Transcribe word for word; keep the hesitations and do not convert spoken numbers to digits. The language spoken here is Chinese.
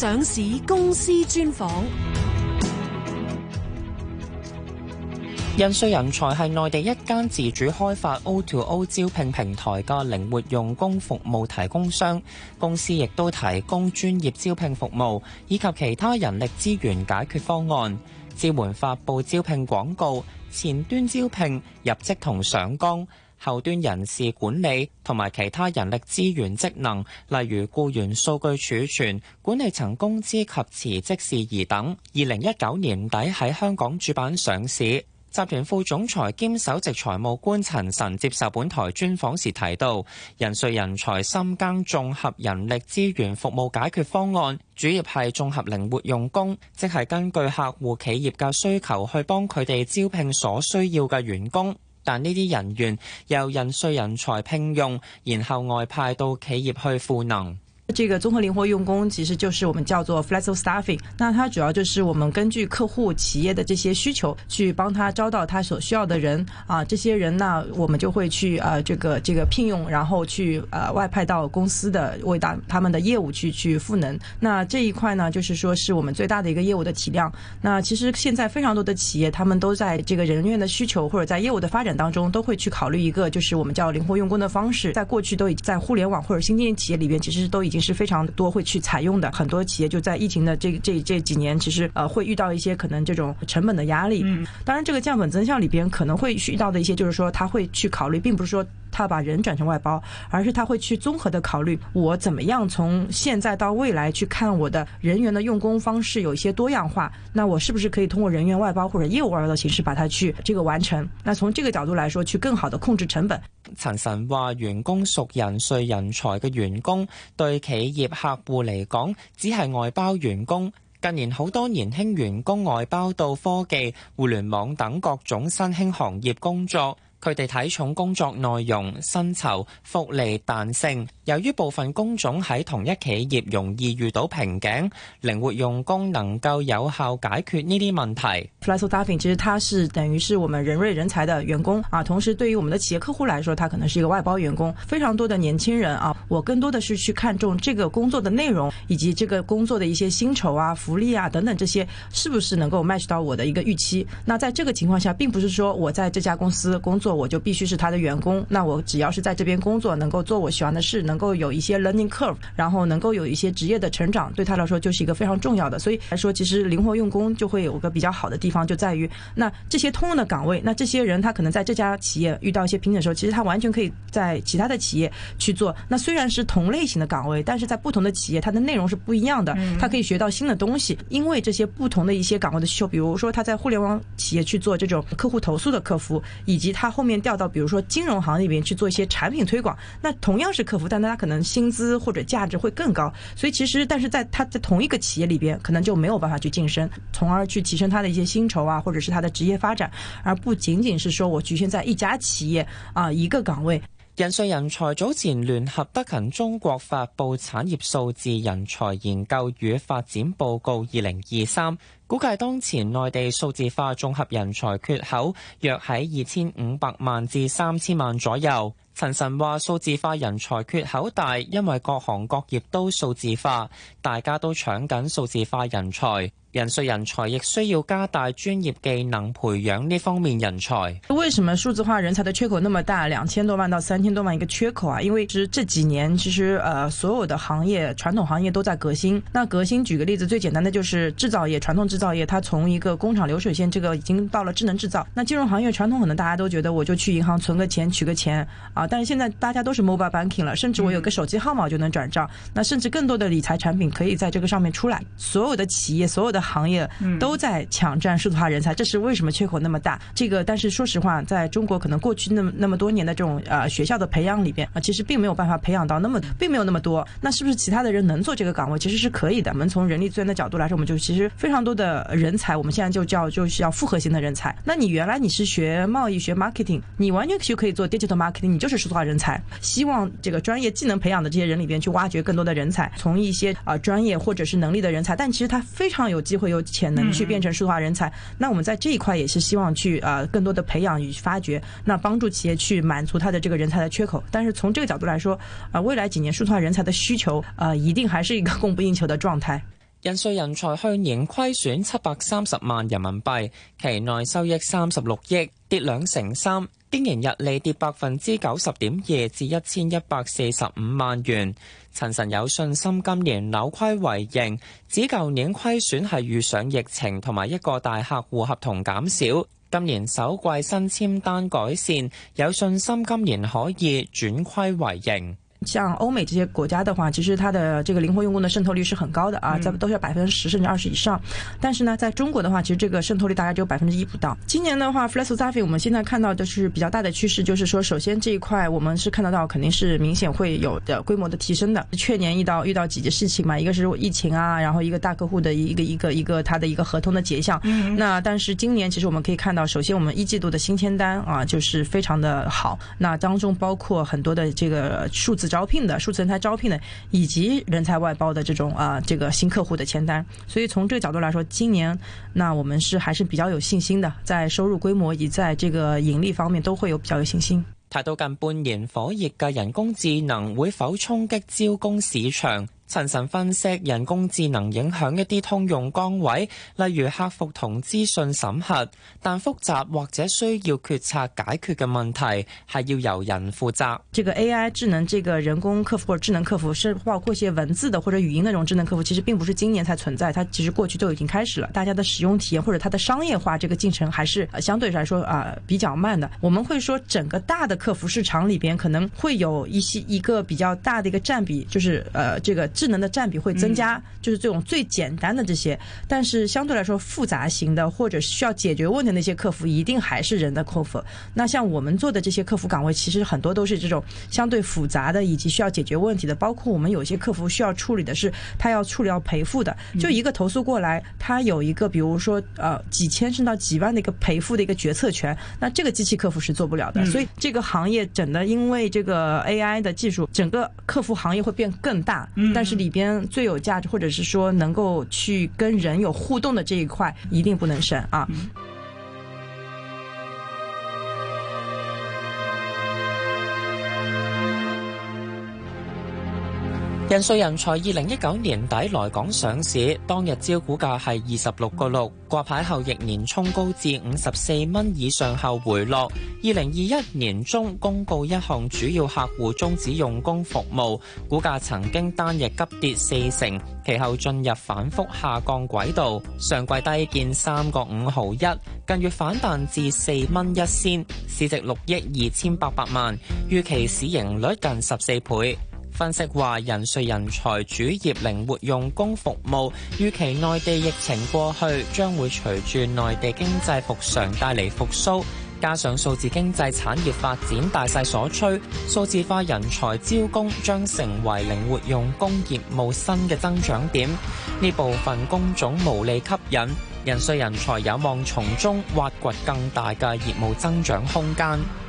上市公司專訪。 人瑞人才係內地一間自主開發 O to O 招聘平台嘅靈活用工服務提供商，公司亦都提供專業招聘服務以及其他人力資源解決方案，支援發布招聘廣告、前端招聘、入職同上崗、後端人事管理同埋其他人力資源職能，例如僱員數據儲存、管理層工資及辭職事宜等。二零一九年底喺香港主板上市。集團副總裁兼首席財務官陳晨接受本台專訪時提到，人瑞人才深耕綜合人力資源服務解決方案，主業係綜合靈活用工，即係根據客戶企業嘅需求去幫佢哋招聘所需要嘅員工。但呢啲人員由人瑞人才聘用，然後外派到企業去賦能。 這個綜合靈活用工其實就是我們叫做 flexible staffing， 那它主要就是我們根據客戶企業的這些需求去幫他招到他所需要的人啊，這些人呢我們就會去呃這個這個聘用，然後去呃外派到公司的為大他們的業務去去賦能。那這一塊呢就是說是我們最大的一個業務的體量。那其實現在非常多的企業他們都在這個人員的需求或者在業務的發展當中都會去考慮一個就是我們叫靈活用工的方式。在過去都已在互聯網或者新經濟企業裏邊其實都已經是非常多會去採用的，很多企業就在疫情的這這這幾年，其實呃會遇到一些可能這種成本的壓力。嗯，當然這個降本增效裏邊可能會遇到的一些，就是說他會去考慮，並不是說他把人轉成外包，而是他會去綜合的考慮，我怎麼樣從現在到未來去看我的人員的用工方式有一些多樣化，那我是不是可以通過人員外包或者業務外包的形式把它去這個完成？那從這個角度來說，去更好的控制成本。 陳晨話：員工屬人瑞人才嘅員工，對企業客戶嚟講，只係外包員工。近年好多年輕員工外包到科技、互聯網等各種新興行業工作。佢哋睇重工作內容、薪酬、福利、彈性。由於部分工種喺同一企業容易遇到瓶頸，靈活用工能夠有效解決呢啲問題。 Flexible staffing 其實它是等於是我們人瑞人才的員工啊，同時對於我們的企業客戶來說，它可能是一個外包員工。非常多的年輕人啊，我更多的是去看重這個工作的內容，以及這個工作的一些薪酬啊、福利啊等等，這些是不是能夠 match 到我的一個預期？那在這個情況下，並不是說我在這家公司工作，我就必須是他的員工，那我只要是在這邊工作，能夠做我喜歡的事，能夠有一些 learning curve， 然後能夠有一些職業的成長，對他來說就是一個非常重要的。所以來說，其實靈活用工就會有個比較好的地方，就在於那這些通用的崗位，那這些人他可能在這家企業遇到一些瓶頸的時候，其實他完全可以在其他的企業去做。那雖然是同類型的崗位，但是在不同的企業，它的內容是不一樣的，他可以學到新的東西。因為這些不同的一些崗位的需求，比如說他在互聯網企業去做這種客戶投訴的客服，以及他後面調到比如說金融行業裡面去做一些產品推廣，那同樣是客服，但他可能薪資或者價值會更高。所以其實但是在他在同一個企業裡邊可能就沒有辦法去晉升，從而去提升他的一些薪酬啊，或者是他的職業發展，而不僅僅是說我局限在一家企業啊一個崗位。 人瑞人才早前聯合德勤中國發布產業數字人才研究與發展報告二零二三，估計當前內地數字化綜合人才缺口約喺二千五百萬至三千萬左右。陳晨話：數字化人才缺口大，因為各行各業都數字化，大家都搶緊數字化人才。人瑞人才亦需要加大專業技能培養呢方面人才。 為什麼數字化人才的缺口那麼大，兩千多萬到三千多萬一個缺口啊？因為其實這幾年其實呃所有的行業傳統行業都在革新。那革新舉個例子，最簡單的就是製造業，傳統製造業它從一個工廠流水線，這個已經到了智能製造。那金融行業傳統可能大家都覺得我就去銀行存個錢取個錢啊，但是現在大家都是 mobile banking 了，甚至我有個手機號碼就能轉賬。那甚至更多的理財產品可以在這個上面出來。所有的企業，所有的行業都在搶佔數字化人才，這是為什麼缺口那麼大？這個，但是說實話，在中國可能過去那麼那麼多年的這種呃學校的培養裡邊啊，其實並沒有辦法培養到那麼，並沒有那麼多。那是不是其他的人能做這個崗位？其實是可以的。我們從人力資源的角度來說，我們就其實非常多的人才，我們現在就叫就是要複合型的人才。那你原來你是學貿易學 marketing， 你完全就可以做 digital marketing， 你就是數字化人才。希望這個專業技能培養的這些人裡邊去挖掘更多的人才，從一些啊、呃、專業或者是能力的人才，但其實他非常有機會有潛能去變成數字化人才。那我們在這一塊也是希望去啊、呃、更多的培養與發掘，那幫助企業去滿足他的這個人才的缺口。但是從這個角度來說，啊、呃、未來幾年數字化人才的需求啊、呃、一定還是一個供不應求的狀態。 人瑞人才去年虧損七百三十萬人民幣，期內收益三十六億，跌兩成三，經營溢利跌百分之九十點二至一千一百四十五萬元。陳晨有信心今年扭虧為盈，指舊年虧損係遇上疫情同埋一個大客戶合同減少。今年首季新簽單改善，有信心今年可以轉虧為盈。 像歐美這些國家的話，其實它的這個靈活用工的滲透率是很高的啊，在都是百分之十甚至二十以上。但是呢，在中國的話，其實這個滲透率大概只有百分之一不到。今年的話 Flexosafety 我們現在看到的是比較大的趨勢，就是說，首先這一塊我們是看得到，肯定是明顯會有的規模的提升的。去年遇到遇到幾件事情嘛，一個是疫情啊，然後一個大客戶的一個一個一個它的一個合同的結項。嗯。那但是今年其實我們可以看到，首先我們一季度的新簽單啊，就是非常的好。那當中包括很多的這個數字招聘的數字人才招聘的，以及人才外包的這種啊，這個新客戶的簽單。所以從這個角度來說，今年那我們是還是比較有信心的，在收入規模以及在這個盈利方面都會有比較有信心。 睇到近半年火熱嘅人工智能會否衝擊招工市場？陳晨分析，人工智能影響一啲通用崗位，例如客服同資訊審核，但複雜或者需要決策解決嘅問題係要由人負責。 這個 A I 智能，這個人工客服或者智能客服，是包括一些文字的或者語音那種智能客服，其實並不是今年才存在，它其實過去就已經開始了。大家的使用體驗或者它的商業化這個進程還是相對來說啊、呃、比較慢的。我們會說整個大的客服市場裏邊可能會有一些一個比較大的一個佔比，就是呃這個智能的佔比會增加，就是這種最簡單的這些，但是相對來說複雜型的或者需要解決問題的那些客服，一定還是人的客服。那像我們做的這些客服崗位，其實很多都是這種相對複雜的以及需要解決問題的，包括我們有些客服需要處理的是，他要處理要賠付的，就一個投訴過來，他有一個比如說呃幾千甚至到幾萬的一個賠付的一個決策權，那這個機器客服是做不了的。所以這個行業整的因為這個 A I 的技術，整個客服行業會變更大，但是裏邊最有價值或者是說能夠去跟人有互動的這一塊一定不能省啊。 人瑞人才二零一九年底來港上市，當日招股價係二十六個六，掛牌後翌年衝高至五十四蚊以上後回落。二零二一年中公告一項主要客戶終止用工服務，股價曾經單日急跌四成，其後進入反覆下降軌道，上季低見三個五毫一，近月反彈至四蚊一仙，市值六億二千八百萬，預期市盈率近十四倍。分析話，人瑞人才主業靈活用工服務，預期內地疫情過去，將會隨住內地經濟復常帶嚟復甦，加上數字經濟產業發展大勢所趨，數字化人才招工將成為靈活用工業務新嘅增長點。呢部分工種毛利吸引，人瑞人才有望從中挖掘更大嘅業務增長空間。